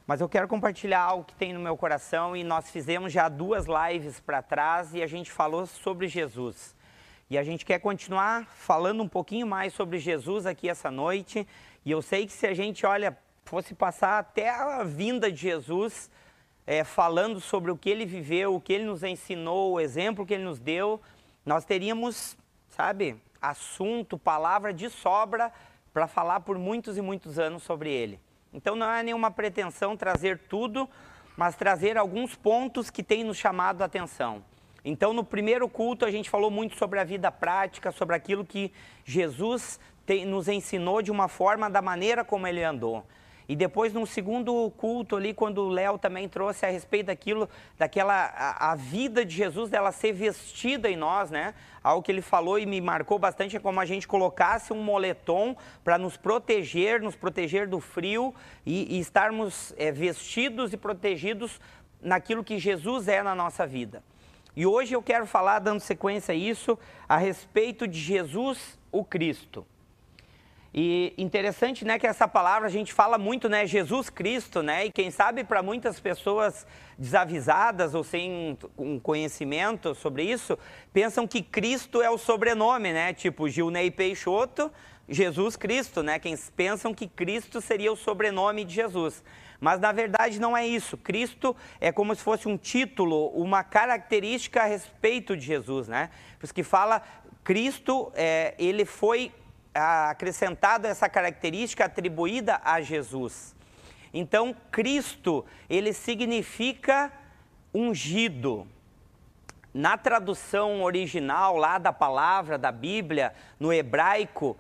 Mas eu quero compartilhar algo que tem no meu coração e nós fizemos já 2 lives para trás e a gente falou sobre Jesus. E a gente quer continuar falando um pouquinho mais sobre Jesus aqui essa noite. E eu sei que se a gente, fosse passar até a vinda de Jesus, falando sobre o que ele viveu, o que ele nos ensinou, o exemplo que ele nos deu, nós teríamos, assunto, palavra de sobra para falar por muitos e muitos anos sobre ele. Então não é nenhuma pretensão trazer tudo, mas trazer alguns pontos que têm nos chamado a atenção. Então no primeiro culto a gente falou muito sobre a vida prática, sobre aquilo que Jesus nos ensinou de uma forma, da maneira como ele andou. E depois no segundo culto ali, quando o Léo também trouxe a respeito daquilo, a vida de Jesus, dela ser vestida em nós, né? Algo que ele falou e me marcou bastante é como a gente colocasse um moletom para nos proteger do frio e estarmos vestidos e protegidos naquilo que Jesus é na nossa vida. E hoje eu quero falar, dando sequência a isso, a respeito de Jesus, o Cristo. E interessante, né, que essa palavra a gente fala muito, né, Jesus Cristo, né, e quem sabe para muitas pessoas desavisadas ou sem um conhecimento sobre isso, pensam que Cristo é o sobrenome, né, tipo Gilney Peixoto, Jesus Cristo, né, quem pensam que Cristo seria o sobrenome de Jesus. Mas na verdade não é isso, Cristo é como se fosse um título, uma característica a respeito de Jesus, né, por isso que fala Cristo, ele foi acrescentado essa característica atribuída a Jesus. Então, Cristo, ele significa ungido. Na tradução original lá da palavra da Bíblia, no hebraico,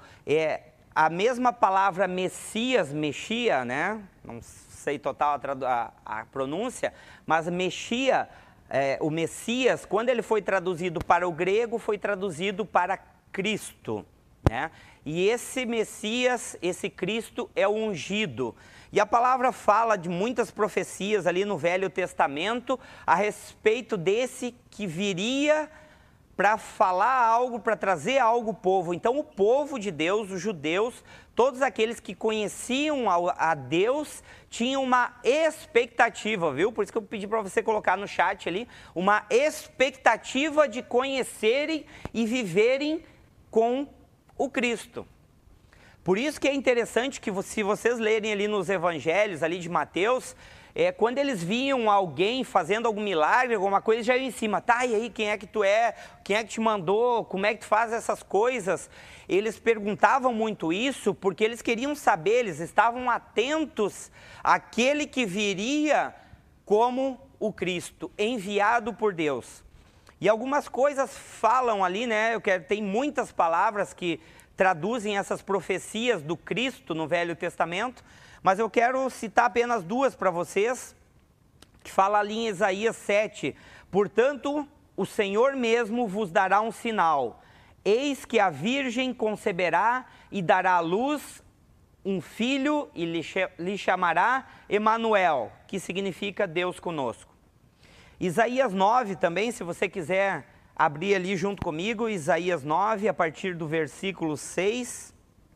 a mesma palavra Messias, Mexia, né? Não sei total a pronúncia, mas Mexia, o Messias, quando ele foi traduzido para o grego, foi traduzido para Cristo, né? E esse Messias, esse Cristo é o ungido. E a palavra fala de muitas profecias ali no Velho Testamento a respeito desse que viria para falar algo, para trazer algo ao povo. Então o povo de Deus, os judeus, todos aqueles que conheciam a Deus, tinham uma expectativa, viu? Por isso que eu pedi para você colocar no chat ali, uma expectativa de conhecerem e viverem com o Cristo. Por isso que é interessante que se vocês lerem ali nos evangelhos ali de Mateus, quando eles viam alguém fazendo algum milagre, alguma coisa, já iam em cima, tá, e aí, quem é que tu é? Quem é que te mandou? Como é que tu faz essas coisas? Eles perguntavam muito isso porque eles queriam saber, eles estavam atentos àquele que viria como o Cristo, enviado por Deus. E algumas coisas falam ali, né? Tem muitas palavras que traduzem essas profecias do Cristo no Velho Testamento, mas eu quero citar apenas 2 para vocês, que fala ali em Isaías 7. Portanto, o Senhor mesmo vos dará um sinal. Eis que a virgem conceberá e dará à luz um filho e lhe chamará Emanuel, que significa Deus conosco. Isaías 9 também, se você quiser abrir ali junto comigo, Isaías 9, a partir do versículo 6,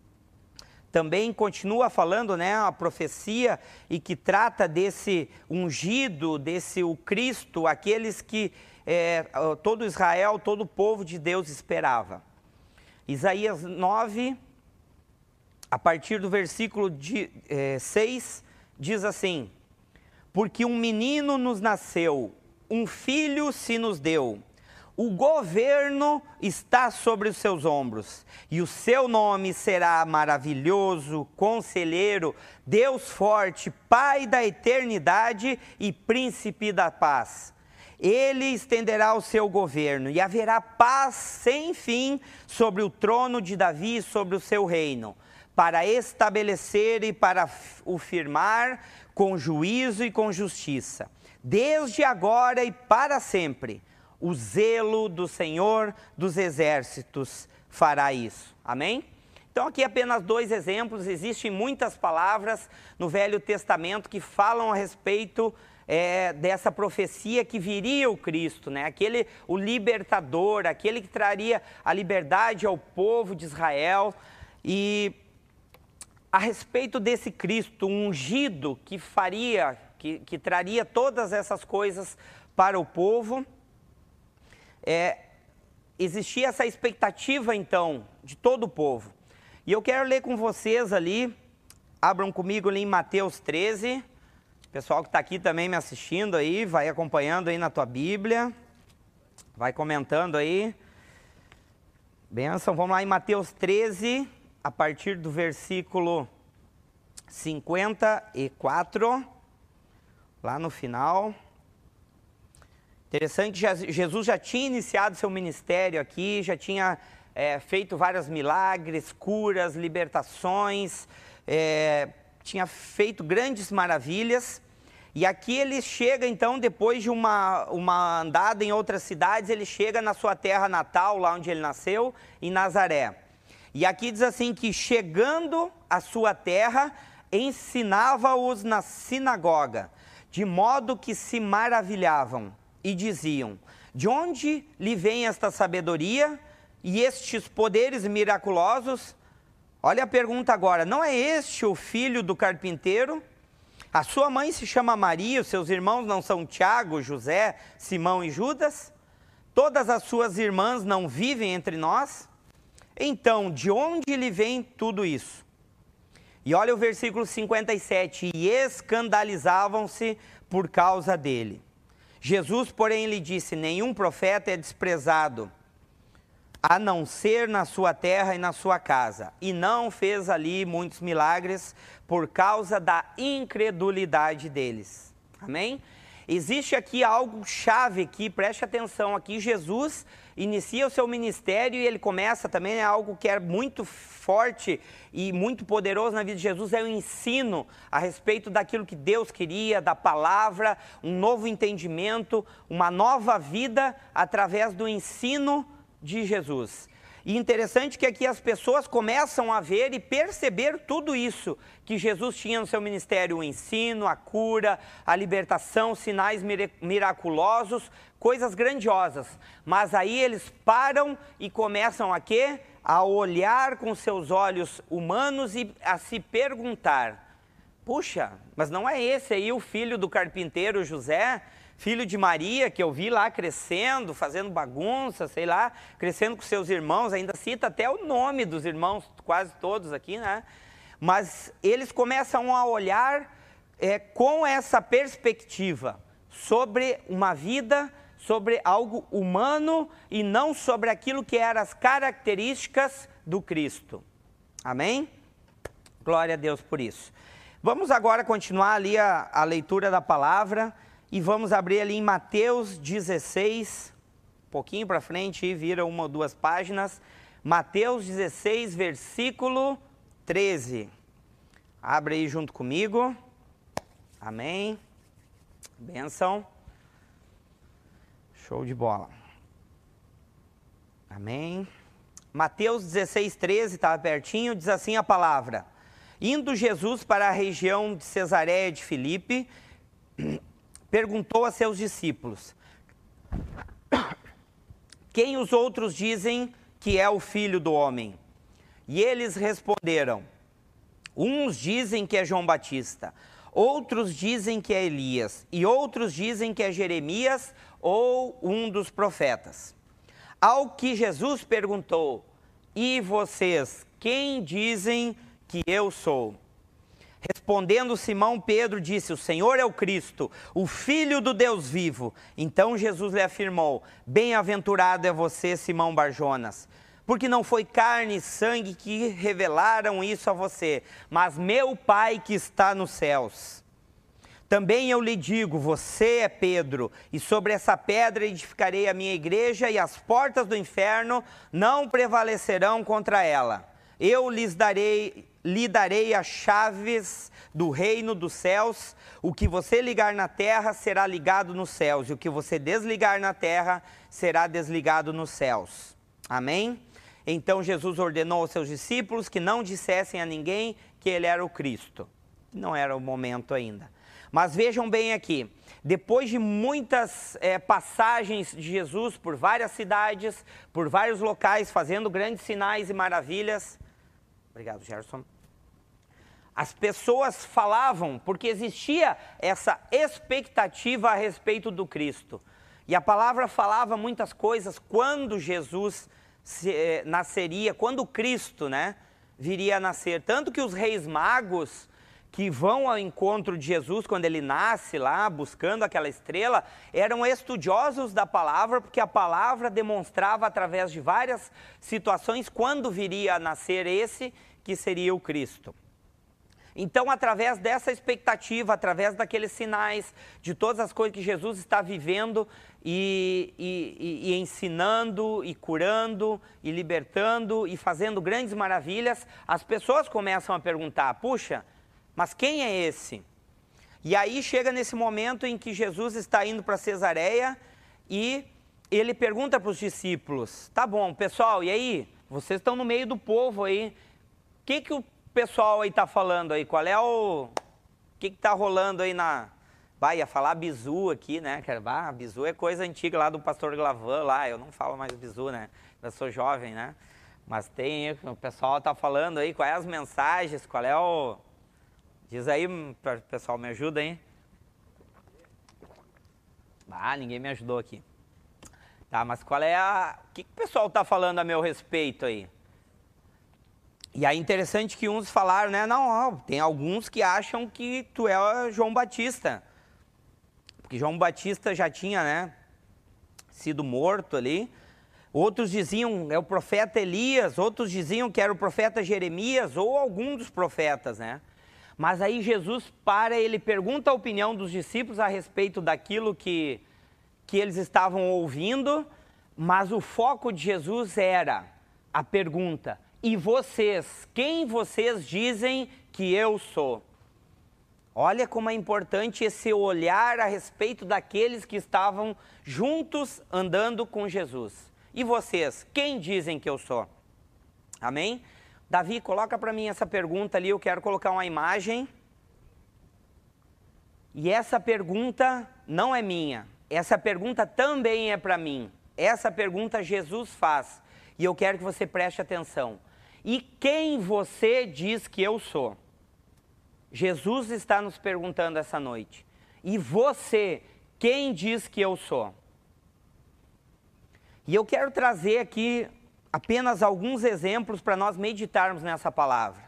também continua falando, né, a profecia e que trata desse ungido, o Cristo, aqueles que todo Israel, todo o povo de Deus esperava. Isaías 9, a partir do versículo 6, diz assim: porque um menino nos nasceu, um filho se nos deu, o governo está sobre os seus ombros, e o seu nome será maravilhoso, conselheiro, Deus forte, Pai da eternidade e príncipe da paz. Ele estenderá o seu governo, e haverá paz sem fim sobre o trono de Davi e sobre o seu reino, para estabelecer e para o firmar com juízo e com justiça, desde agora e para sempre. O zelo do Senhor dos exércitos fará isso. Amém? Então aqui apenas 2 exemplos, existem muitas palavras no Velho Testamento que falam a respeito dessa profecia que viria o Cristo, né? O libertador, aquele que traria a liberdade ao povo de Israel. E a respeito desse Cristo ungido que faria, que traria todas essas coisas para o povo, existia essa expectativa então de todo o povo. E eu quero ler com vocês ali, abram comigo ali em Mateus 13, o pessoal que está aqui também me assistindo aí, vai acompanhando aí na tua Bíblia, vai comentando aí. Bênção, vamos lá em Mateus 13, a partir do versículo 54, lá no final. Interessante, Jesus já tinha iniciado seu ministério aqui, já tinha feito vários milagres, curas, libertações, tinha feito grandes maravilhas. E aqui ele chega então, depois de uma andada em outras cidades, ele chega na sua terra natal, lá onde ele nasceu, em Nazaré. E aqui diz assim que chegando à sua terra, ensinava-os na sinagoga, de modo que se maravilhavam e diziam: de onde lhe vem esta sabedoria e estes poderes miraculosos? Olha a pergunta agora, não é este o filho do carpinteiro? A sua mãe se chama Maria, os seus irmãos não são Tiago, José, Simão e Judas? Todas as suas irmãs não vivem entre nós? Então, de onde lhe vem tudo isso? E olha o versículo 57, e escandalizavam-se por causa dele. Jesus, porém, lhe disse: nenhum profeta é desprezado, a não ser na sua terra e na sua casa. E não fez ali muitos milagres por causa da incredulidade deles. Amém? Existe aqui algo chave aqui, preste atenção aqui. Jesus inicia o seu ministério e ele começa também, algo que é muito forte e muito poderoso na vida de Jesus, é o ensino a respeito daquilo que Deus queria, da palavra, um novo entendimento, uma nova vida através do ensino de Jesus. E interessante que aqui as pessoas começam a ver e perceber tudo isso que Jesus tinha no seu ministério: o ensino, a cura, a libertação, sinais miraculosos, coisas grandiosas. Mas aí eles param e começam a quê? A olhar com seus olhos humanos e a se perguntar: puxa, mas não é esse aí o filho do carpinteiro José? Filho de Maria, que eu vi lá crescendo, fazendo bagunça, sei lá, crescendo com seus irmãos, ainda cita até o nome dos irmãos, quase todos aqui, né? Mas eles começam a olhar com essa perspectiva sobre uma vida, sobre algo humano e não sobre aquilo que eram as características do Cristo. Amém? Glória a Deus por isso. Vamos agora continuar ali a leitura da palavra. E vamos abrir ali em Mateus 16, um pouquinho para frente, e vira uma ou duas páginas. Mateus 16, versículo 13. Abre aí junto comigo. Amém. Bênção. Show de bola. Amém. Mateus 16, 13, estava pertinho, diz assim a palavra: indo Jesus para a região de Cesareia de Filipe, perguntou a seus discípulos: quem os outros dizem que é o Filho do Homem? E eles responderam: uns dizem que é João Batista, outros dizem que é Elias, e outros dizem que é Jeremias ou um dos profetas. Ao que Jesus perguntou: e vocês, quem dizem que eu sou? Respondendo Simão Pedro disse: o Senhor é o Cristo, o Filho do Deus vivo. Então Jesus lhe afirmou: bem-aventurado é você, Simão Barjonas, porque não foi carne e sangue que revelaram isso a você, mas meu Pai que está nos céus. Também eu lhe digo: você é Pedro, e sobre essa pedra edificarei a minha igreja, e as portas do inferno não prevalecerão contra ela. Eu lhe darei as chaves do reino dos céus. O que você ligar na terra será ligado nos céus, e o que você desligar na terra será desligado nos céus. Amém? Então Jesus ordenou aos seus discípulos que não dissessem a ninguém que ele era o Cristo. Não era o momento ainda. Mas vejam bem aqui, depois de muitas passagens de Jesus por várias cidades, por vários locais, fazendo grandes sinais e maravilhas. Obrigado, Gerson. As pessoas falavam porque existia essa expectativa a respeito do Cristo. E a palavra falava muitas coisas quando Jesus nasceria, quando Cristo, né, viria a nascer. Tanto que os reis magos que vão ao encontro de Jesus quando ele nasce lá, buscando aquela estrela, eram estudiosos da palavra, porque a palavra demonstrava através de várias situações quando viria a nascer esse que seria o Cristo. Então, através dessa expectativa, através daqueles sinais, de todas as coisas que Jesus está vivendo e ensinando, e curando, e libertando, e fazendo grandes maravilhas, as pessoas começam a perguntar, puxa, mas quem é esse? E aí chega nesse momento em que Jesus está indo para Cesareia e ele pergunta para os discípulos, tá bom, pessoal, e aí? Vocês estão no meio do povo aí, o que o pessoal aí está falando aí? Qual é o que está rolando aí na... Vai, ia falar bizu aqui, né? Bizu é coisa antiga lá do pastor Glavan lá, eu não falo mais bizu, né? Eu sou jovem, né? Mas o pessoal está falando aí, quais as mensagens, qual é o... Diz aí, pessoal, me ajuda, hein? Ninguém me ajudou aqui. Tá, mas qual é o que o pessoal está falando a meu respeito aí? E aí interessante que uns falaram, né? Não, tem alguns que acham que tu é João Batista. Porque João Batista já tinha, né, sido morto ali. Outros diziam é o profeta Elias, outros diziam que era o profeta Jeremias ou algum dos profetas, né? Mas aí Jesus ele pergunta a opinião dos discípulos a respeito daquilo que eles estavam ouvindo, mas o foco de Jesus era a pergunta, e vocês, quem vocês dizem que eu sou? Olha como é importante esse olhar a respeito daqueles que estavam juntos andando com Jesus. E vocês, quem dizem que eu sou? Amém? Davi, coloca para mim essa pergunta ali, eu quero colocar uma imagem. E essa pergunta não é minha, essa pergunta também é para mim. Essa pergunta Jesus faz, e eu quero que você preste atenção. E quem você diz que eu sou? Jesus está nos perguntando essa noite. E você, quem diz que eu sou? E eu quero trazer aqui apenas alguns exemplos para nós meditarmos nessa palavra.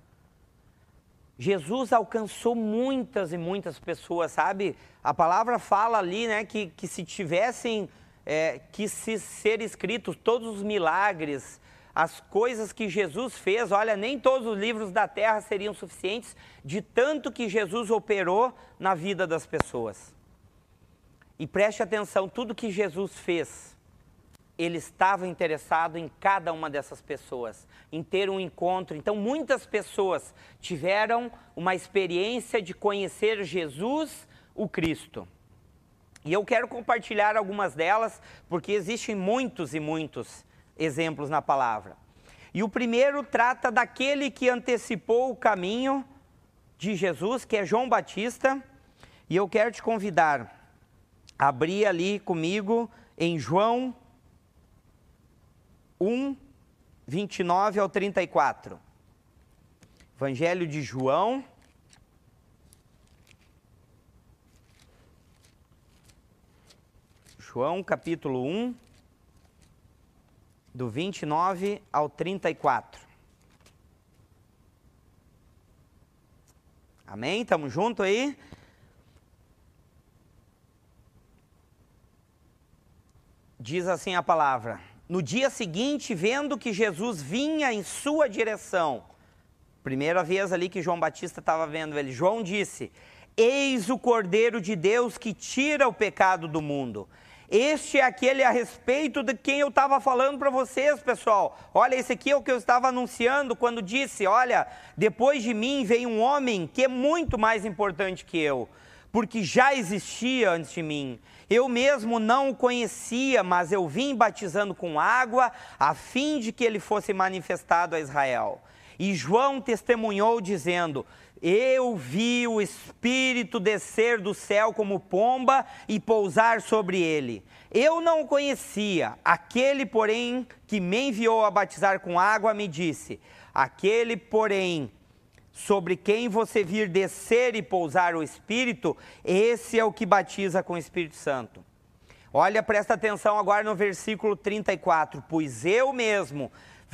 Jesus alcançou muitas e muitas pessoas, sabe? A palavra fala ali, né, que se tivessem, que se ser escritos todos os milagres, as coisas que Jesus fez, olha, nem todos os livros da terra seriam suficientes de tanto que Jesus operou na vida das pessoas. E preste atenção, tudo que Jesus fez, ele estava interessado em cada uma dessas pessoas, em ter um encontro. Então, muitas pessoas tiveram uma experiência de conhecer Jesus, o Cristo. E eu quero compartilhar algumas delas, porque existem muitos e muitos exemplos na palavra. E o primeiro trata daquele que antecipou o caminho de Jesus, que é João Batista. E eu quero te convidar a abrir ali comigo em João 1, 29 ao 34. Evangelho de João. João capítulo 1, do 29 ao 34. Amém? Estamos juntos aí? Diz assim a palavra: no dia seguinte, vendo que Jesus vinha em sua direção, primeira vez ali que João Batista estava vendo ele, João disse: eis o Cordeiro de Deus que tira o pecado do mundo. Este é aquele a respeito de quem eu estava falando para vocês, pessoal. Olha, esse aqui é o que eu estava anunciando quando disse, olha, depois de mim veio um homem que é muito mais importante que eu, porque já existia antes de mim. Eu mesmo não o conhecia, mas eu vim batizando com água, a fim de que ele fosse manifestado a Israel. E João testemunhou dizendo: eu vi o Espírito descer do céu como pomba e pousar sobre ele. Eu não o conhecia. Aquele, porém, que me enviou a batizar com água, me disse: aquele, porém, sobre quem você vir descer e pousar o Espírito, esse é o que batiza com o Espírito Santo. Olha, presta atenção agora no versículo 34. Pois eu mesmo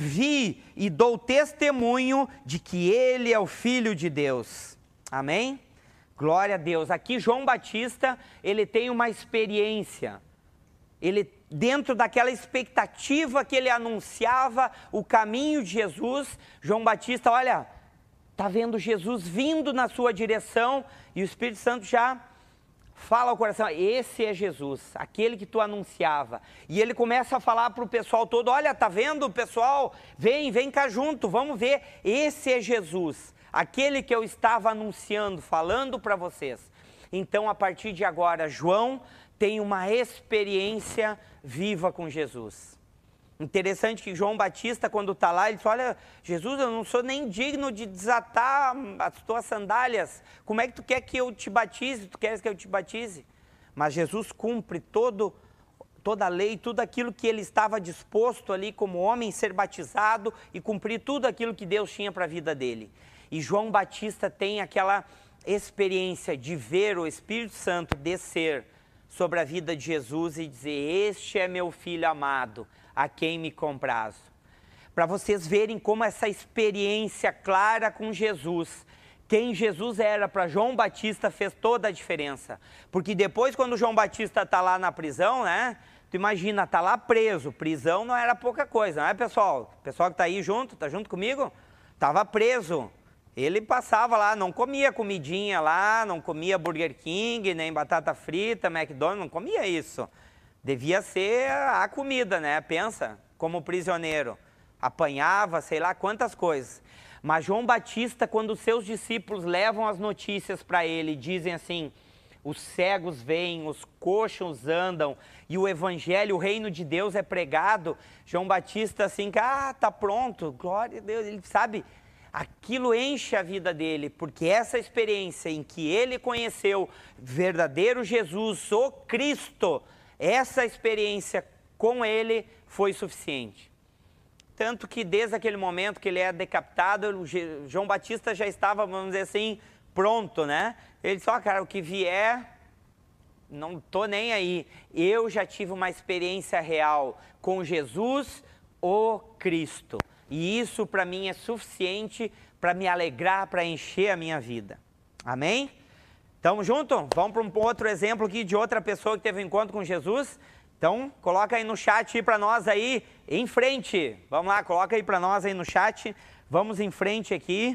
vi e dou testemunho de que ele é o Filho de Deus. Amém? Glória a Deus. Aqui João Batista, ele tem uma experiência. Ele, dentro daquela expectativa que ele anunciava o caminho de Jesus, João Batista, olha, está vendo Jesus vindo na sua direção e o Espírito Santo já fala ao coração, esse é Jesus, aquele que tu anunciava. E ele começa a falar para o pessoal todo, olha, tá vendo pessoal? Vem cá junto, vamos ver, esse é Jesus, aquele que eu estava anunciando, falando para vocês. Então, a partir de agora, João tem uma experiência viva com Jesus. Interessante que João Batista, quando está lá, ele fala, olha, Jesus, eu não sou nem digno de desatar as tuas sandálias. Como é que tu quer que eu te batize? Tu queres que eu te batize? Mas Jesus cumpre toda a lei, tudo aquilo que ele estava disposto ali como homem, ser batizado e cumprir tudo aquilo que Deus tinha para a vida dele. E João Batista tem aquela experiência de ver o Espírito Santo descer sobre a vida de Jesus e dizer, este é meu filho amado, a quem me comprazo. Para vocês verem como essa experiência clara com Jesus, quem Jesus era para João Batista fez toda a diferença. Porque depois, quando João Batista está lá na prisão, né? Tu imagina, está lá preso, prisão não era pouca coisa, não é, pessoal? O pessoal que está aí junto, está junto comigo? Estava preso. Ele passava lá, não comia comidinha lá, não comia Burger King, nem batata frita, McDonald's, não comia isso. Devia ser a comida, né? Pensa, como prisioneiro. Apanhava, sei lá quantas coisas. Mas João Batista, quando os seus discípulos levam as notícias para ele, dizem assim, os cegos veem, os coxos andam, e o evangelho, o reino de Deus é pregado, João Batista assim, tá pronto, glória a Deus, ele sabe, aquilo enche a vida dele, porque essa experiência em que ele conheceu verdadeiro Jesus, o Cristo, essa experiência com ele foi suficiente. Tanto que desde aquele momento que ele é decapitado, João Batista já estava, vamos dizer assim, pronto, né? Ele disse, cara, o que vier, não estou nem aí. Eu já tive uma experiência real com Jesus, o Cristo. E isso para mim é suficiente para me alegrar, para encher a minha vida. Amém? Estamos juntos? Vamos para um outro exemplo aqui de outra pessoa que teve um encontro com Jesus. Então, coloca aí no chat aí para nós aí, em frente. Vamos lá, coloca aí para nós aí no chat. Vamos em frente aqui.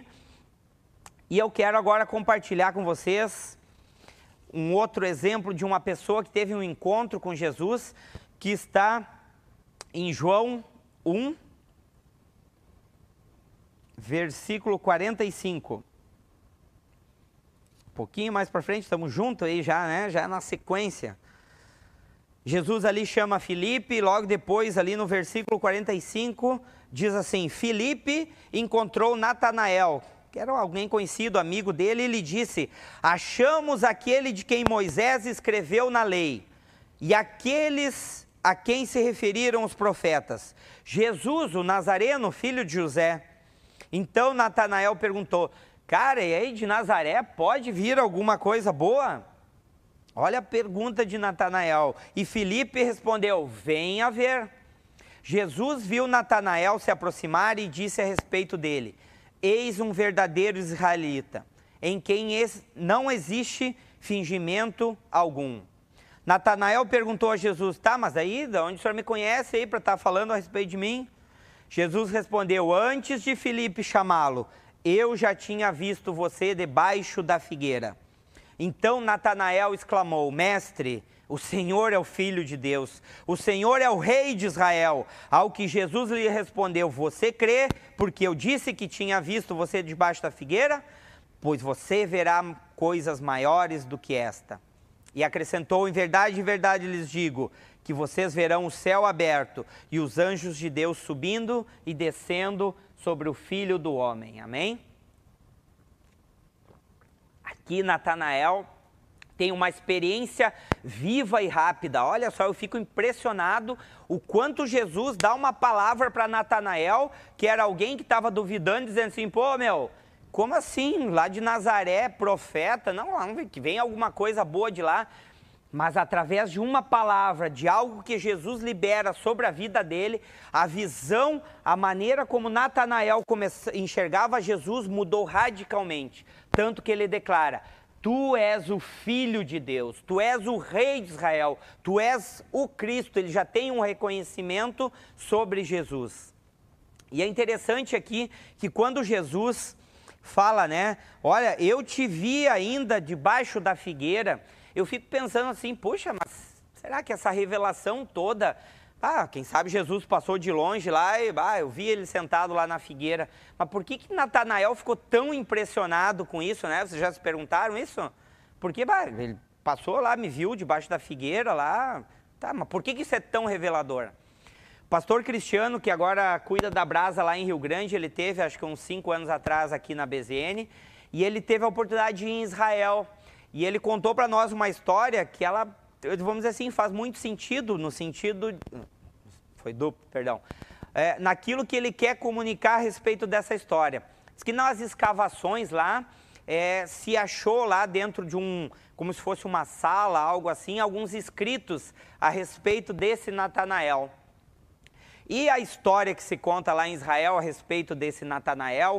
E eu quero agora compartilhar com vocês um outro exemplo de uma pessoa que teve um encontro com Jesus, que está em João 1, versículo 45. Um pouquinho mais para frente, estamos juntos aí já, né? Já na sequência. Jesus ali chama Filipe, e logo depois ali no versículo 45, diz assim, Filipe encontrou Natanael, que era alguém conhecido, amigo dele, e lhe disse, achamos aquele de quem Moisés escreveu na lei, e aqueles a quem se referiram os profetas, Jesus, o Nazareno, filho de José. Então Natanael perguntou, cara, e aí de Nazaré pode vir alguma coisa boa? Olha a pergunta de Natanael. E Filipe respondeu, venha ver. Jesus viu Natanael se aproximar e disse a respeito dele, eis um verdadeiro israelita, em quem não existe fingimento algum. Natanael perguntou a Jesus, tá, mas aí, de onde o senhor me conhece aí para estar falando a respeito de mim? Jesus respondeu, antes de Filipe chamá-lo, eu já tinha visto você debaixo da figueira. Então Natanael exclamou, mestre, o Senhor é o Filho de Deus, o Senhor é o Rei de Israel. Ao que Jesus lhe respondeu, você crê porque eu disse que tinha visto você debaixo da figueira? Pois você verá coisas maiores do que esta. E acrescentou, em verdade lhes digo, que vocês verão o céu aberto e os anjos de Deus subindo e descendo sobre o Filho do Homem. Amém? Aqui Natanael tem uma experiência viva e rápida. Olha só, eu fico impressionado o quanto Jesus dá uma palavra para Natanael, que era alguém que estava duvidando, dizendo assim, pô, como assim? Lá de Nazaré, profeta? Não, vamos ver que vem alguma coisa boa de lá. Mas através de uma palavra, de algo que Jesus libera sobre a vida dele, a visão, a maneira como Natanael enxergava Jesus mudou radicalmente. Tanto que ele declara: tu és o Filho de Deus, tu és o Rei de Israel, tu és o Cristo. Ele já tem um reconhecimento sobre Jesus. E é interessante aqui que quando Jesus fala, né, olha, eu te vi ainda debaixo da figueira, eu fico pensando assim, poxa, mas será que essa revelação toda, quem sabe Jesus passou de longe lá e eu vi ele sentado lá na figueira, mas por que Natanael ficou tão impressionado com isso, né? Vocês já se perguntaram isso? Porque ele passou lá, me viu debaixo da figueira lá, mas por que isso é tão revelador? Pastor Cristiano, que agora cuida da Brasa lá em Rio Grande, ele teve acho que uns 5 anos atrás aqui na BZN, e ele teve a oportunidade de ir em Israel. E ele contou para nós uma história que ela, vamos dizer assim, faz muito sentido, no sentido, foi duplo, perdão, naquilo que ele quer comunicar a respeito dessa história. Diz que nas escavações lá, se achou lá dentro de como se fosse uma sala, algo assim, alguns escritos a respeito desse Natanael. E a história que se conta lá em Israel a respeito desse Natanael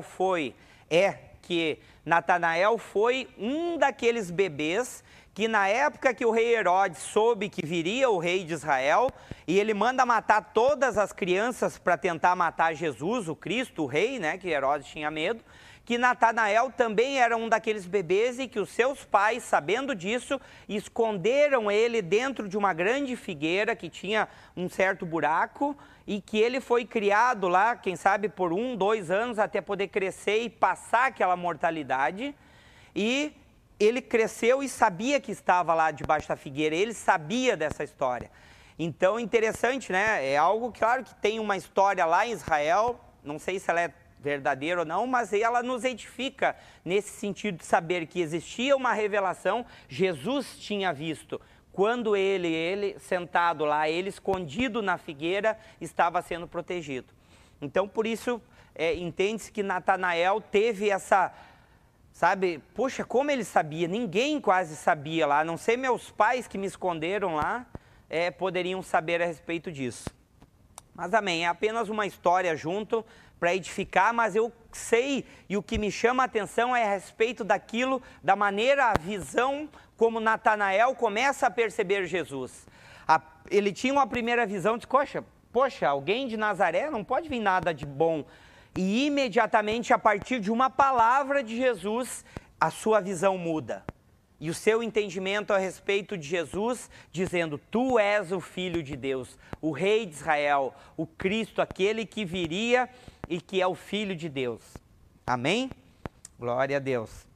que Natanael foi um daqueles bebês que na época que o rei Herodes soube que viria o rei de Israel, e ele manda matar todas as crianças para tentar matar Jesus, o Cristo, o rei, né, que Herodes tinha medo, que Natanael também era um daqueles bebês e que os seus pais, sabendo disso, esconderam ele dentro de uma grande figueira que tinha um certo buraco, e que ele foi criado lá, quem sabe por 1, 2 anos, até poder crescer e passar aquela mortalidade. E ele cresceu e sabia que estava lá debaixo da figueira, ele sabia dessa história. Então, interessante, né? É algo, claro, que tem uma história lá em Israel, não sei se ela é verdadeira ou não, mas ela nos edifica nesse sentido de saber que existia uma revelação, Jesus tinha visto. Quando ele sentado lá, ele escondido na figueira, estava sendo protegido. Então, por isso, entende-se que Natanael teve essa, sabe, poxa, como ele sabia? Ninguém quase sabia lá, a não ser meus pais que me esconderam lá, poderiam saber a respeito disso. Mas amém, é apenas uma história junto para edificar, mas eu sei, e o que me chama a atenção é a respeito daquilo, da maneira, a visão, como Natanael começa a perceber Jesus. Ele tinha uma primeira visão de, poxa, alguém de Nazaré não pode vir nada de bom. E imediatamente, a partir de uma palavra de Jesus, a sua visão muda. E o seu entendimento a respeito de Jesus, dizendo, tu és o Filho de Deus, o Rei de Israel, o Cristo, aquele que viria e que é o Filho de Deus. Amém? Glória a Deus.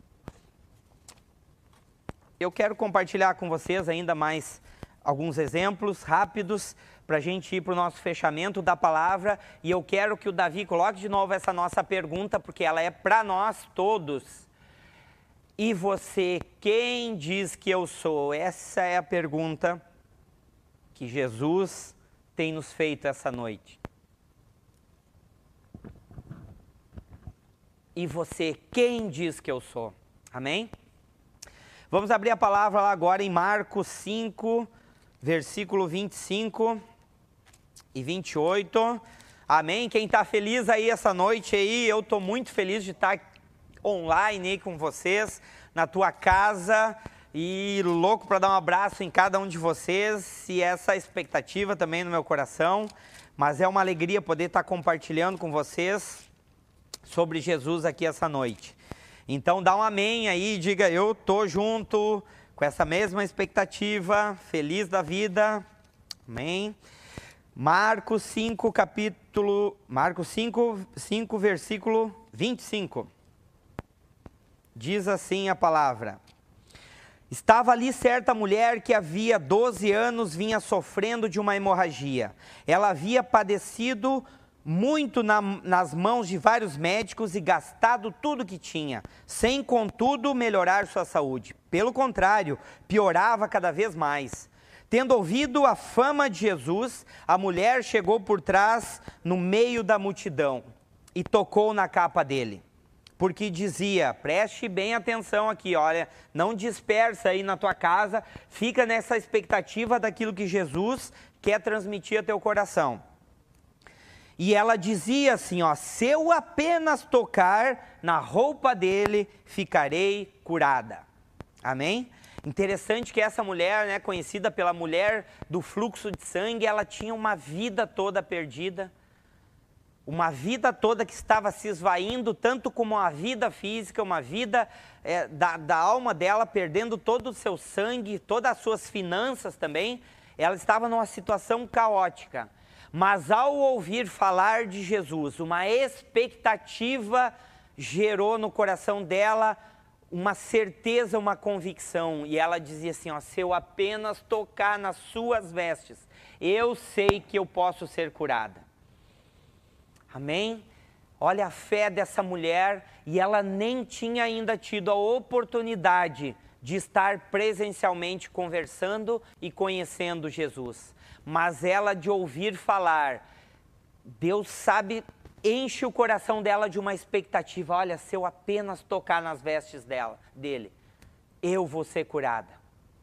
Eu quero compartilhar com vocês ainda mais alguns exemplos rápidos para a gente ir para o nosso fechamento da palavra. E eu quero que o Davi coloque de novo essa nossa pergunta, porque ela é para nós todos. E você, quem diz que eu sou? Essa é a pergunta que Jesus tem nos feito essa noite. E você, quem diz que eu sou? Amém? Vamos abrir a palavra lá agora em Marcos 5, versículo 25 e 28. Amém? Quem está feliz aí essa noite aí, eu estou muito feliz de estar online aí com vocês, na tua casa, e louco para dar um abraço em cada um de vocês, e essa expectativa também no meu coração, mas é uma alegria poder estar compartilhando com vocês sobre Jesus aqui essa noite. Então dá um amém aí, diga, eu tô junto com essa mesma expectativa, feliz da vida, amém? Marcos 5, versículo 25. Diz assim a palavra: estava ali certa mulher que havia 12 anos vinha sofrendo de uma hemorragia. Ela havia padecido muito nas mãos de vários médicos e gastado tudo que tinha, sem contudo melhorar sua saúde. Pelo contrário, piorava cada vez mais. Tendo ouvido a fama de Jesus, a mulher chegou por trás, no meio da multidão, e tocou na capa dele. porque dizia, preste bem atenção aqui, olha, não dispersa aí na tua casa, fica nessa expectativa daquilo que Jesus quer transmitir a teu coração. E ela dizia assim, ó, se eu apenas tocar na roupa dele, ficarei curada. Amém? Interessante que essa mulher, né, conhecida pela mulher do fluxo de sangue, ela tinha uma vida toda perdida, uma vida toda que estava se esvaindo, tanto como a vida física, uma vida da alma dela, perdendo todo o seu sangue, todas as suas finanças também. Ela estava numa situação caótica. Mas ao ouvir falar de Jesus, uma expectativa gerou no coração dela uma certeza, uma convicção. E ela dizia assim, ó, se eu apenas tocar nas suas vestes, eu sei que eu posso ser curada. Amém? Olha a fé dessa mulher, e ela nem tinha ainda tido a oportunidade de estar presencialmente conversando e conhecendo Jesus. Mas ela, de ouvir falar, Deus sabe, enche o coração dela de uma expectativa. Olha, se eu apenas tocar nas vestes dele, eu vou ser curada.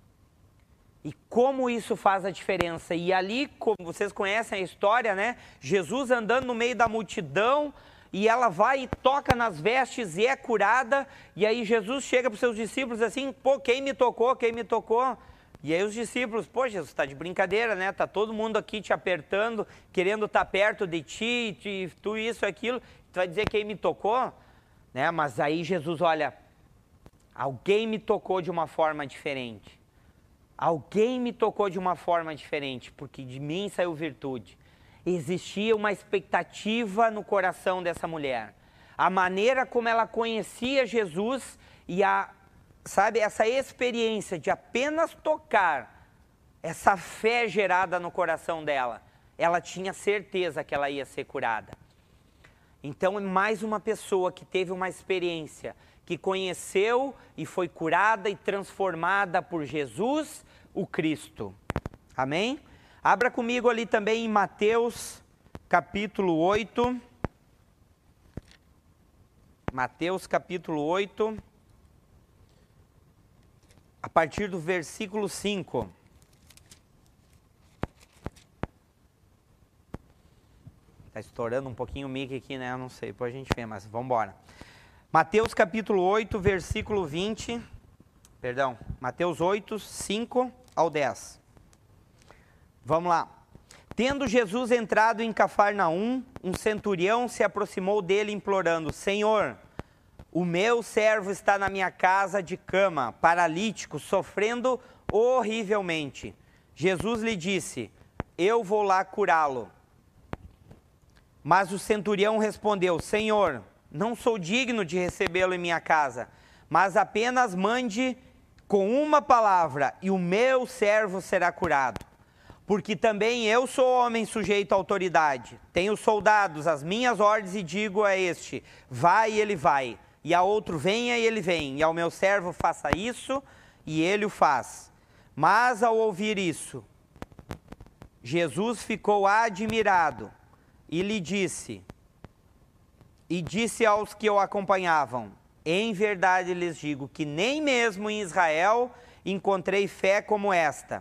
E como isso faz a diferença? E ali, como vocês conhecem a história, né? Jesus andando no meio da multidão, e ela vai e toca nas vestes e é curada. E aí Jesus chega para os seus discípulos assim, pô, quem me tocou? Quem me tocou? E aí os discípulos, pô, Jesus, está de brincadeira, né? Está todo mundo aqui te apertando, querendo estar perto de ti, tu isso, aquilo. Tu vai dizer quem me tocou? Né? Mas aí Jesus, olha, alguém me tocou de uma forma diferente. Alguém me tocou de uma forma diferente, porque de mim saiu virtude. Existia uma expectativa no coração dessa mulher. A maneira como ela conhecia Jesus e essa experiência de apenas tocar, essa fé gerada no coração dela, ela tinha certeza que ela ia ser curada. Então, mais uma pessoa que teve uma experiência, que conheceu e foi curada e transformada por Jesus, o Cristo. Amém? Abra comigo ali também em Mateus capítulo 8. Mateus capítulo 8. A partir do versículo 5. Está estourando um pouquinho o mic aqui, né? Eu não sei, depois a gente vê, mas vamos embora. Mateus capítulo 8, versículo 20. Perdão, Mateus 8, 5 ao 10. Vamos lá. Tendo Jesus entrado em Cafarnaum, um centurião se aproximou dele implorando, Senhor, o meu servo está na minha casa de cama, paralítico, sofrendo horrivelmente. Jesus lhe disse, eu vou lá curá-lo. Mas o centurião respondeu, Senhor, não sou digno de recebê-lo em minha casa, mas apenas mande com uma palavra e o meu servo será curado. Porque também eu sou homem sujeito à autoridade, tenho soldados, as minhas ordens e digo a este, vai e ele vai. E a outro, venha e ele vem, e ao meu servo faça isso, e ele o faz. Mas ao ouvir isso, Jesus ficou admirado, e lhe disse, aos que o acompanhavam, em verdade lhes digo, que nem mesmo em Israel encontrei fé como esta.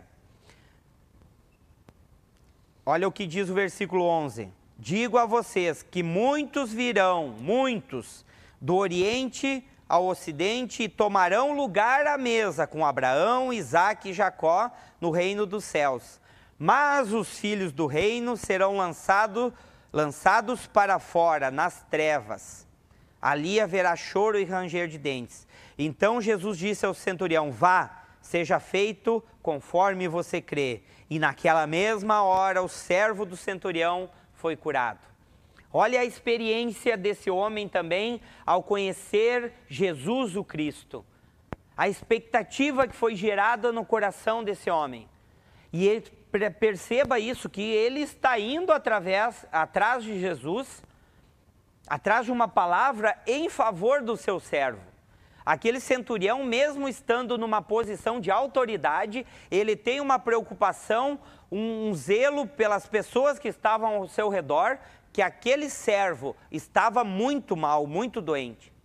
Olha o que diz o versículo 11, digo a vocês que muitos virão, muitos, do Oriente ao Ocidente e tomarão lugar à mesa com Abraão, Isaque e Jacó no reino dos céus. Mas os filhos do reino serão lançados para fora, nas trevas. Ali haverá choro e ranger de dentes. Então Jesus disse ao centurião, vá, seja feito conforme você crê. E naquela mesma hora o servo do centurião foi curado. Olha a experiência desse homem também ao conhecer Jesus o Cristo. A expectativa que foi gerada no coração desse homem. E ele, perceba isso, que ele está indo atrás de Jesus, atrás de uma palavra em favor do seu servo. Aquele centurião, mesmo estando numa posição de autoridade, ele tem uma preocupação, um zelo pelas pessoas que estavam ao seu redor, que aquele servo estava muito mal, muito doente.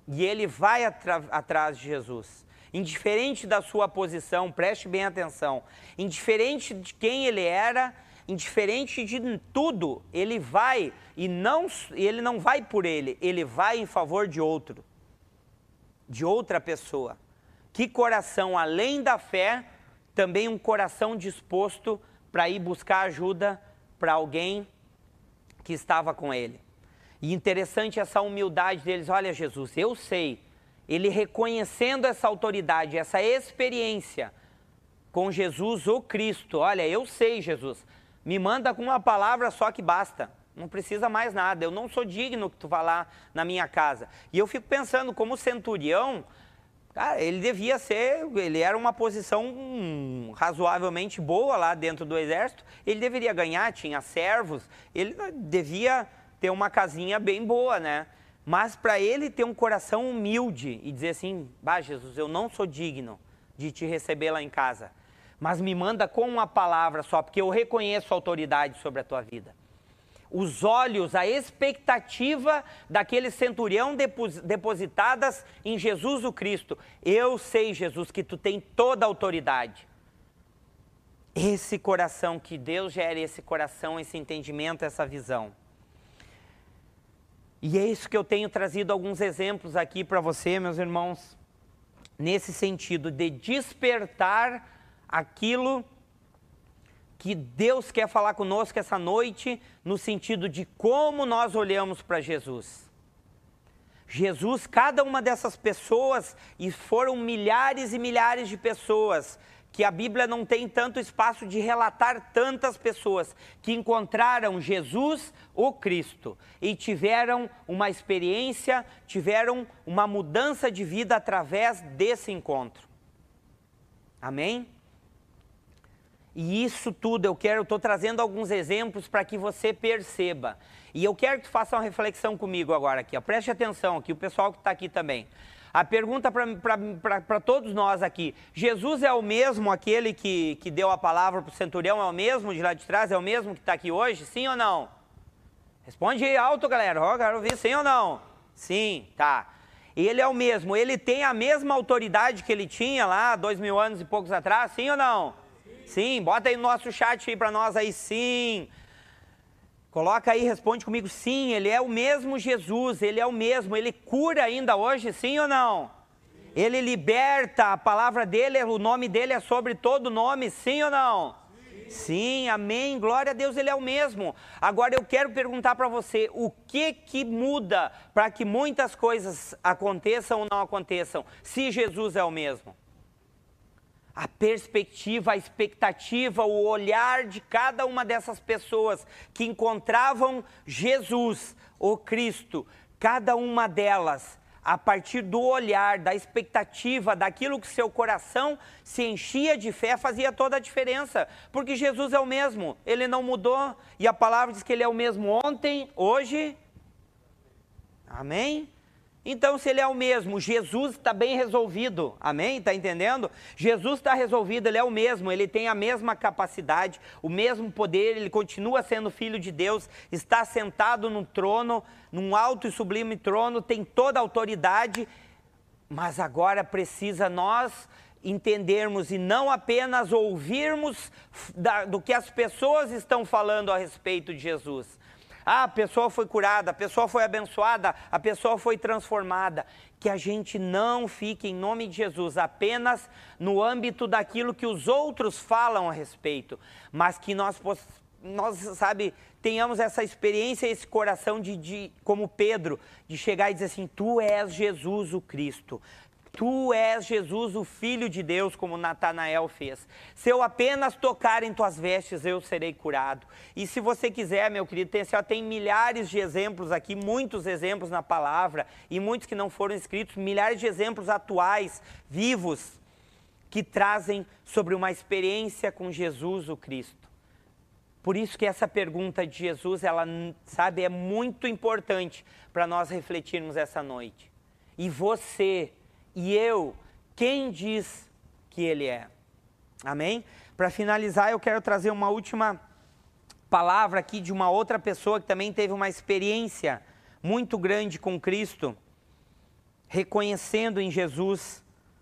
E ele vai atrás de Jesus. Indiferente da sua posição, preste bem atenção, indiferente de quem ele era, indiferente de tudo, ele vai, ele não vai por ele vai em favor de outro, de outra pessoa. Que coração, além da fé, também um coração disposto para ir buscar ajuda para alguém que estava com ele. E interessante essa humildade deles. Olha, Jesus, eu sei. Ele reconhecendo essa autoridade, essa experiência com Jesus, o Cristo. Olha, eu sei, Jesus, me manda com uma palavra só que basta. Não precisa mais nada. Eu não sou digno que tu vá lá na minha casa. E eu fico pensando, como centurião, cara, ele era uma posição razoavelmente boa lá dentro do exército. Ele deveria ganhar, tinha servos, ele devia ter uma casinha bem boa, né? Mas para ele ter um coração humilde e dizer assim, bah, Jesus, eu não sou digno de te receber lá em casa, mas me manda com uma palavra só, porque eu reconheço a autoridade sobre a tua vida. Os olhos, a expectativa daquele centurião depositadas em Jesus o Cristo. Eu sei, Jesus, que tu tem toda a autoridade. Esse coração, que Deus gere esse coração, esse entendimento, essa visão. E é isso que eu tenho trazido alguns exemplos aqui para você, meus irmãos, nesse sentido de despertar aquilo que Deus quer falar conosco essa noite, no sentido de como nós olhamos para Jesus. Jesus, cada uma dessas pessoas, e foram milhares e milhares de pessoas, que a Bíblia não tem tanto espaço de relatar tantas pessoas que encontraram Jesus, o Cristo, e tiveram uma experiência, tiveram uma mudança de vida através desse encontro. Amém? E isso tudo eu estou trazendo alguns exemplos para que você perceba. E eu quero que tu faça uma reflexão comigo agora aqui, ó. Preste atenção aqui, o pessoal que está aqui também. A pergunta para todos nós aqui, Jesus é o mesmo, aquele que deu a palavra para o centurião, é o mesmo de lá de trás, é o mesmo que está aqui hoje, sim ou não? Responde aí alto, galera, quero ouvir, sim ou não? Sim, tá. Ele é o mesmo, ele tem a mesma autoridade que ele tinha lá 2000 anos e poucos atrás, sim ou não? Sim, bota aí no nosso chat aí para nós aí, sim. Coloca aí, responde comigo, sim, ele é o mesmo Jesus, ele é o mesmo, ele cura ainda hoje, sim ou não? Sim. Ele liberta, a palavra dele, o nome dele é sobre todo nome, sim ou não? Sim, sim, amém, glória a Deus, ele é o mesmo. Agora eu quero perguntar para você, o que muda para que muitas coisas aconteçam ou não aconteçam, se Jesus é o mesmo? A perspectiva, a expectativa, o olhar de cada uma dessas pessoas que encontravam Jesus, o Cristo, cada uma delas, a partir do olhar, da expectativa, daquilo que seu coração se enchia de fé, fazia toda a diferença, porque Jesus é o mesmo, ele não mudou, e a palavra diz que ele é o mesmo ontem, hoje, amém? Então, se ele é o mesmo, Jesus está bem resolvido, amém? Está entendendo? Jesus está resolvido, ele é o mesmo, ele tem a mesma capacidade, o mesmo poder, ele continua sendo filho de Deus, está sentado no trono, num alto e sublime trono, tem toda a autoridade, mas agora precisa nós entendermos e não apenas ouvirmos do que as pessoas estão falando a respeito de Jesus. Ah, a pessoa foi curada, a pessoa foi abençoada, a pessoa foi transformada. Que a gente não fique, em nome de Jesus, apenas no âmbito daquilo que os outros falam a respeito, mas que nós tenhamos essa experiência, esse coração como Pedro, de chegar e dizer assim, tu és Jesus o Cristo. Tu és Jesus, o Filho de Deus, como Natanael fez. Se eu apenas tocar em tuas vestes, eu serei curado. E se você quiser, meu querido, tem milhares de exemplos aqui, muitos exemplos na palavra, e muitos que não foram escritos, milhares de exemplos atuais, vivos, que trazem sobre uma experiência com Jesus, o Cristo. Por isso que essa pergunta de Jesus, ela, é muito importante para nós refletirmos essa noite. E você... E eu, quem diz que ele é? Amém? Para finalizar, eu quero trazer uma última palavra aqui de uma outra pessoa que também teve uma experiência muito grande com Cristo. reconhecendo em Jesus,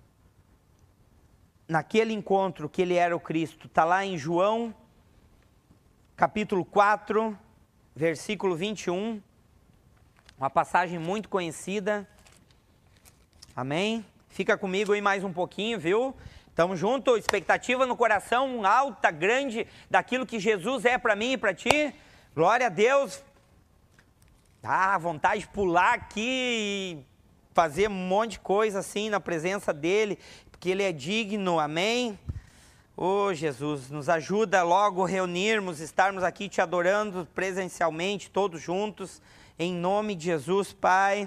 naquele encontro, que ele era o Cristo. Está lá em João, capítulo 4, versículo 21, uma passagem muito conhecida. Amém? Fica comigo aí mais um pouquinho, viu? Estamos juntos, expectativa no coração alta, grande, daquilo que Jesus é para mim e para ti. Glória a Deus. Vontade de pular aqui e fazer um monte de coisa assim na presença dele, porque ele é digno, amém? Jesus, nos ajuda logo reunirmos, estarmos aqui te adorando presencialmente, todos juntos, em nome de Jesus, Pai.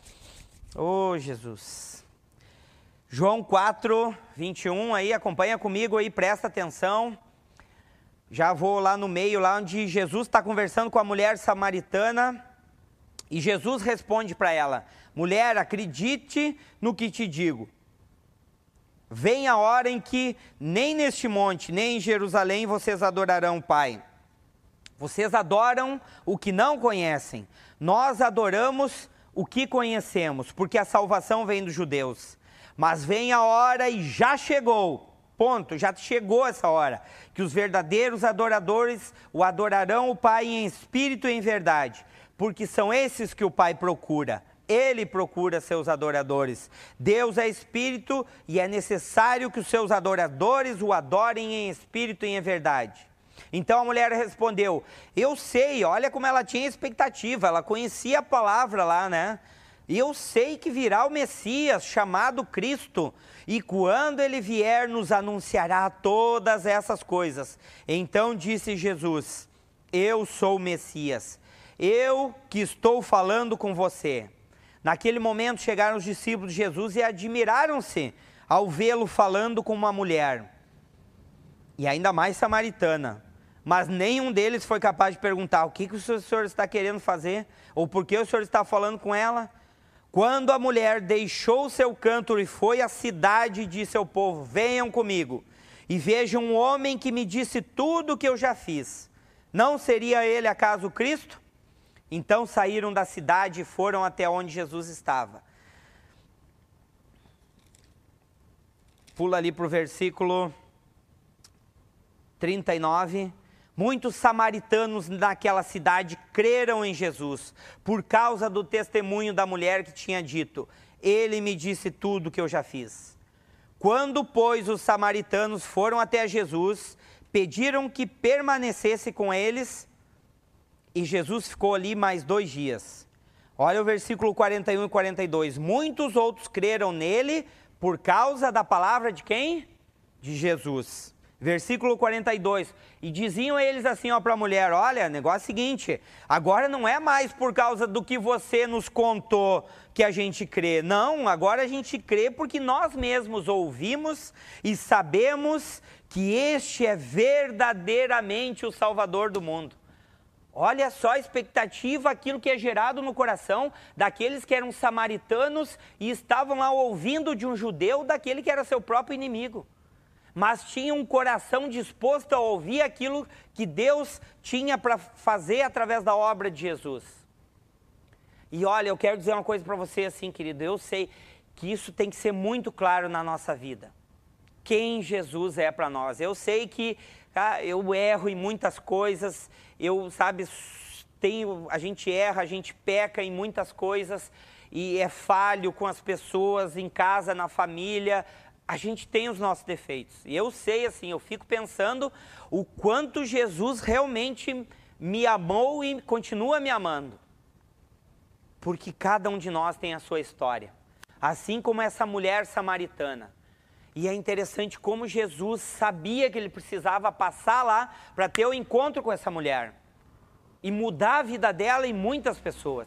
Jesus. João 4, 21 aí, acompanha comigo aí, presta atenção. Já vou lá no meio, lá onde Jesus está conversando com a mulher samaritana, e Jesus responde para ela: mulher, acredite no que te digo. Vem a hora em que nem neste monte, nem em Jerusalém vocês adorarão o Pai. Vocês adoram o que não conhecem. Nós adoramos o que conhecemos, porque a salvação vem dos judeus. Mas vem a hora e já chegou, ponto, já chegou essa hora, que os verdadeiros adoradores o adorarão o Pai em espírito e em verdade, porque são esses que o Pai procura. Ele procura seus adoradores. Deus é espírito e é necessário que os seus adoradores o adorem em espírito e em verdade. Então a mulher respondeu: eu sei, olha como ela tinha expectativa, ela conhecia a palavra lá, né? Eu sei que virá o Messias, chamado Cristo, e quando ele vier nos anunciará todas essas coisas. Então disse Jesus: eu sou o Messias, eu que estou falando com você. Naquele momento chegaram os discípulos de Jesus e admiraram-se ao vê-lo falando com uma mulher, e ainda mais samaritana. Mas nenhum deles foi capaz de perguntar: o que o senhor está querendo fazer? Ou por que o senhor está falando com ela? Quando a mulher deixou seu cântaro e foi à cidade e disse ao povo: venham comigo e vejam um homem que me disse tudo o que eu já fiz. Não seria ele acaso Cristo? Então saíram da cidade e foram até onde Jesus estava. Pula ali para o versículo 39. Muitos samaritanos naquela cidade creram em Jesus, por causa do testemunho da mulher que tinha dito: ele me disse tudo o que eu já fiz. Quando, pois, os samaritanos foram até Jesus, pediram que permanecesse com eles, e Jesus ficou ali mais 2 dias. Olha o versículo 41 e 42. Muitos outros creram nele por causa da palavra de quem? De Jesus. Versículo 42. E diziam eles assim para a mulher: olha, negócio é o seguinte, agora não é mais por causa do que você nos contou que a gente crê. Não, agora a gente crê porque nós mesmos ouvimos e sabemos que este é verdadeiramente o Salvador do mundo. Olha só a expectativa, aquilo que é gerado no coração daqueles que eram samaritanos e estavam lá ouvindo de um judeu, daquele que era seu próprio inimigo. Mas tinham um coração disposto a ouvir aquilo que Deus tinha para fazer através da obra de Jesus. E olha, eu quero dizer uma coisa para você assim, querido, eu sei que isso tem que ser muito claro na nossa vida. Quem Jesus é para nós. Eu sei que eu erro em muitas coisas, a gente erra, a gente peca em muitas coisas, e é falho com as pessoas, em casa, na família, a gente tem os nossos defeitos. E eu sei assim, eu fico pensando o quanto Jesus realmente me amou e continua me amando. Porque cada um de nós tem a sua história. Assim como essa mulher samaritana. E é interessante como Jesus sabia que ele precisava passar lá para ter o encontro com essa mulher. E mudar a vida dela e muitas pessoas.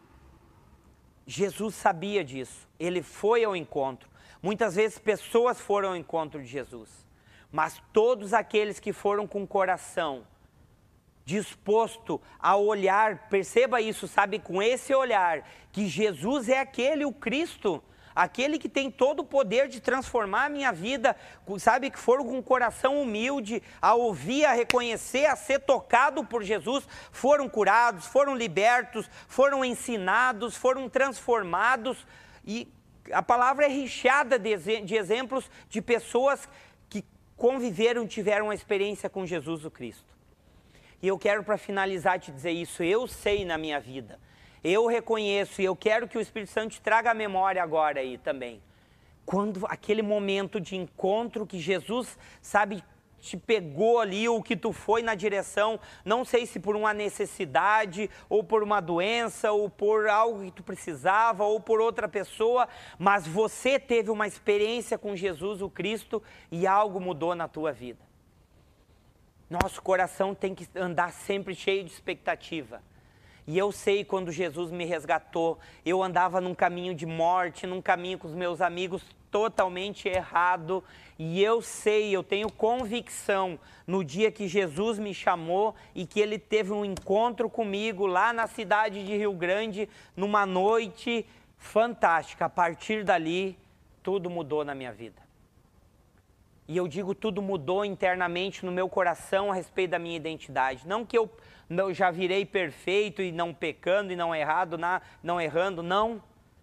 Jesus sabia disso. Ele foi ao encontro. Muitas vezes pessoas foram ao encontro de Jesus. Mas todos aqueles que foram com o coração disposto a olhar, perceba isso, sabe, com esse olhar, que Jesus é aquele, o Cristo, aquele que tem todo o poder de transformar a minha vida, sabe, que foram com um coração humilde, a ouvir, a reconhecer, a ser tocado por Jesus, foram curados, foram libertos, foram ensinados, foram transformados, E a palavra é recheada de exemplos de pessoas que conviveram, tiveram uma experiência com Jesus o Cristo. E eu quero, para finalizar, te dizer isso. Eu sei na minha vida, eu reconheço, e eu quero que o Espírito Santo te traga a memória agora aí também. Quando aquele momento de encontro que Jesus, sabe, te pegou ali, o que tu foi na direção, não sei se por uma necessidade, ou por uma doença, ou por algo que tu precisava, ou por outra pessoa, mas você teve uma experiência com Jesus o Cristo e algo mudou na tua vida. Nosso coração tem que andar sempre cheio de expectativa. E eu sei, quando Jesus me resgatou, eu andava num caminho de morte, num caminho com os meus amigos totalmente errado. E eu sei, eu tenho convicção, no dia que Jesus me chamou e que Ele teve um encontro comigo lá na cidade de Rio Grande, numa noite fantástica. A partir dali, tudo mudou na minha vida. E eu digo, tudo mudou internamente no meu coração a respeito da minha identidade. Não que eu já virei perfeito e não pecando e não errando, não.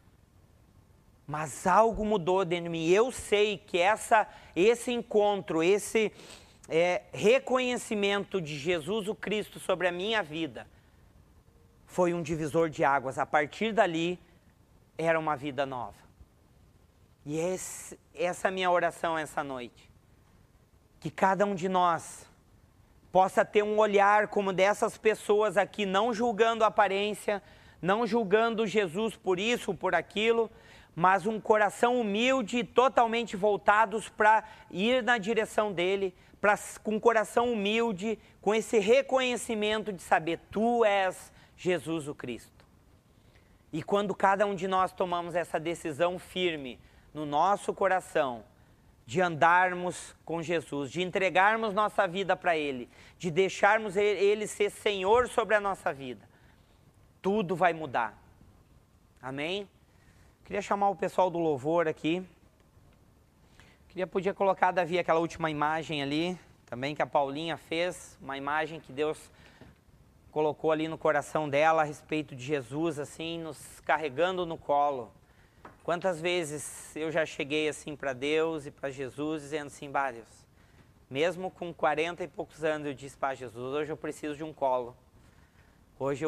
Mas algo mudou dentro de mim. Eu sei que esse encontro, esse reconhecimento de Jesus o Cristo sobre a minha vida foi um divisor de águas. A partir dali, era uma vida nova. E essa é a minha oração essa noite. Que cada um de nós possa ter um olhar como dessas pessoas aqui, não julgando a aparência, não julgando Jesus por isso, por aquilo, mas um coração humilde, totalmente voltados para ir na direção dele, com um coração humilde, com esse reconhecimento de saber, tu és Jesus o Cristo. E quando cada um de nós tomamos essa decisão firme no nosso coração, de andarmos com Jesus, de entregarmos nossa vida para Ele, de deixarmos Ele ser Senhor sobre a nossa vida, tudo vai mudar. Amém? Queria chamar o pessoal do louvor aqui. Podia colocar, Davi, aquela última imagem ali, também que a Paulinha fez, uma imagem que Deus colocou ali no coração dela a respeito de Jesus, assim, nos carregando no colo. Quantas vezes eu já cheguei assim para Deus e para Jesus, dizendo assim, Deus, mesmo com 40 e poucos anos, eu disse para Jesus, hoje eu preciso de um colo. Hoje,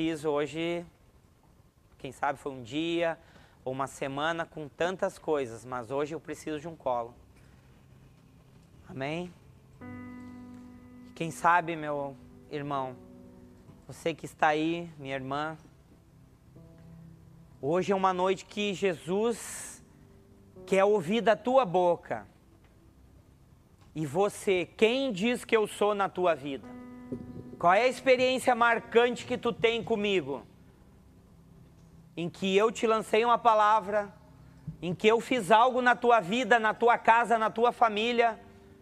quem sabe foi um dia ou uma semana com tantas coisas, mas hoje eu preciso de um colo. Amém? Quem sabe, meu irmão, você que está aí, minha irmã, hoje é uma noite que Jesus quer ouvir da tua boca. E você, quem diz que eu sou na tua vida? Qual é a experiência marcante que tu tem comigo? Em que eu te lancei uma palavra, em que eu fiz algo na tua vida, na tua casa, na tua família.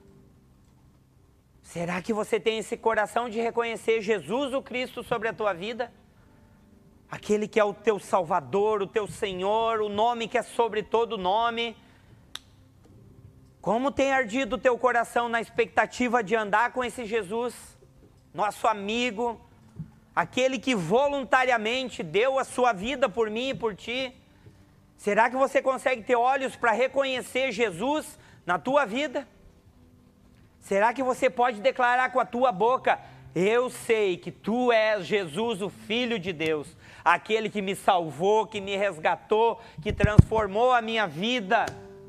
Será que você tem esse coração de reconhecer Jesus o Cristo sobre a tua vida? Aquele que é o teu Salvador, o teu Senhor, o nome que é sobre todo nome. Como tem ardido o teu coração na expectativa de andar com esse Jesus, nosso amigo, aquele que voluntariamente deu a sua vida por mim e por ti? Será que você consegue ter olhos para reconhecer Jesus na tua vida? Será que você pode declarar com a tua boca, eu sei que tu és Jesus, o Filho de Deus, aquele que me salvou, que me resgatou, que transformou a minha vida.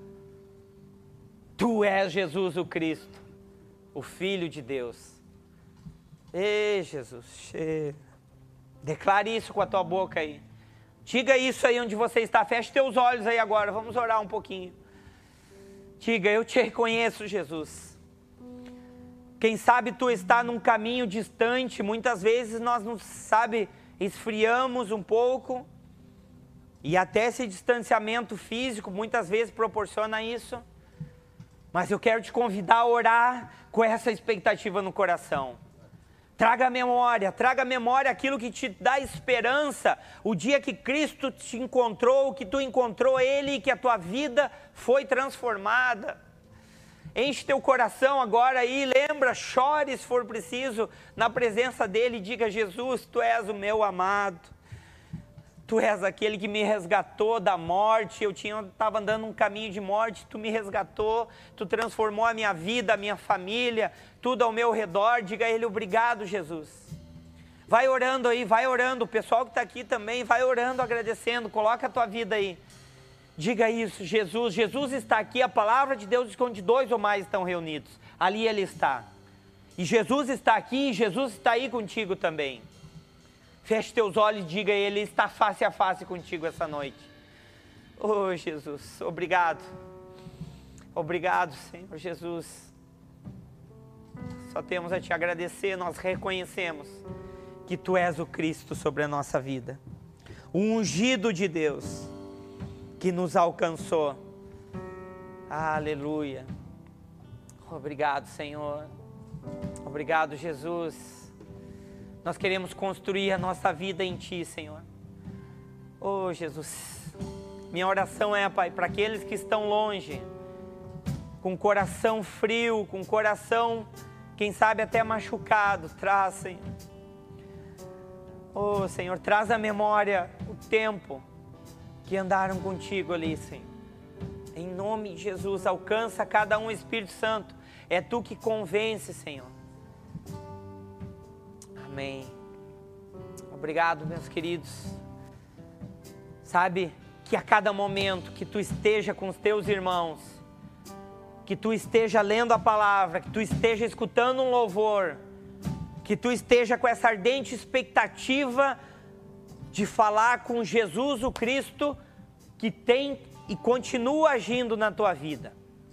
Tu és Jesus o Cristo, o Filho de Deus. Ei, Jesus, declare isso com a tua boca aí. Diga isso aí onde você está. Feche teus olhos aí agora, vamos orar um pouquinho. Diga, eu te reconheço, Jesus. Quem sabe tu está num caminho distante, muitas vezes nós não esfriamos um pouco, e até esse distanciamento físico muitas vezes proporciona isso, mas eu quero te convidar a orar com essa expectativa no coração. Traga à memória aquilo que te dá esperança, o dia que Cristo te encontrou, que tu encontrou Ele e que a tua vida foi transformada. Enche teu coração agora aí, lembra, chore se for preciso, na presença dEle, e diga, Jesus, Tu és o meu amado, Tu és aquele que me resgatou da morte. Eu estava andando um caminho de morte, Tu me resgatou, Tu transformou a minha vida, a minha família, tudo ao meu redor. Diga a Ele obrigado, Jesus. Vai orando aí, vai orando. O pessoal que está aqui também, vai orando, agradecendo. Coloca a tua vida aí. Diga isso, Jesus. Jesus está aqui. A palavra de Deus diz que onde 2 ou mais estão reunidos, ali Ele está. E Jesus está aqui, e Jesus está aí contigo também. Feche teus olhos e diga a Ele, Ele está face a face contigo essa noite. Oh, Jesus, obrigado. Obrigado, Senhor Jesus. Só temos a Te agradecer, nós reconhecemos que Tu és o Cristo sobre a nossa vida. O ungido de Deus que nos alcançou. Aleluia. Obrigado, Senhor. Obrigado, Jesus. Nós queremos construir a nossa vida em Ti, Senhor. Oh, Jesus. Minha oração é, Pai, para aqueles que estão longe, com coração frio, com coração, quem sabe até machucado, traz, Senhor. Oh, Senhor, traz à memória o tempo que andaram contigo ali, Senhor. Em nome de Jesus, alcança cada um, Espírito Santo. É Tu que convence, Senhor. Amém. Obrigado, meus queridos. Sabe que a cada momento que Tu esteja com os Teus irmãos, que Tu esteja lendo a palavra, que Tu esteja escutando um louvor, que Tu esteja com essa ardente expectativa de falar com Jesus, o Cristo, que tem e continua agindo na tua vida.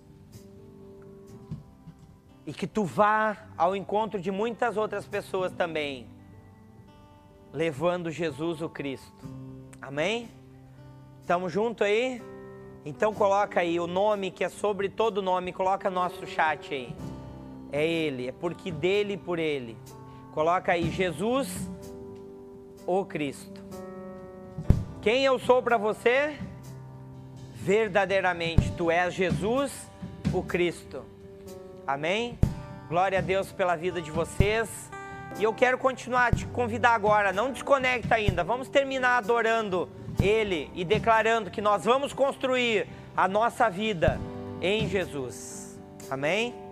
E que Tu vá ao encontro de muitas outras pessoas também, levando Jesus, o Cristo. Amém? Estamos juntos aí? Então coloca aí o nome que é sobre todo nome, coloca nosso chat aí. É Ele, é porque dele e por Ele. Coloca aí, Jesus, o Cristo. Quem eu sou para você? Verdadeiramente, Tu és Jesus, o Cristo. Amém? Glória a Deus pela vida de vocês. E eu quero continuar a te convidar agora, não desconecta ainda. Vamos terminar adorando Ele e declarando que nós vamos construir a nossa vida em Jesus. Amém?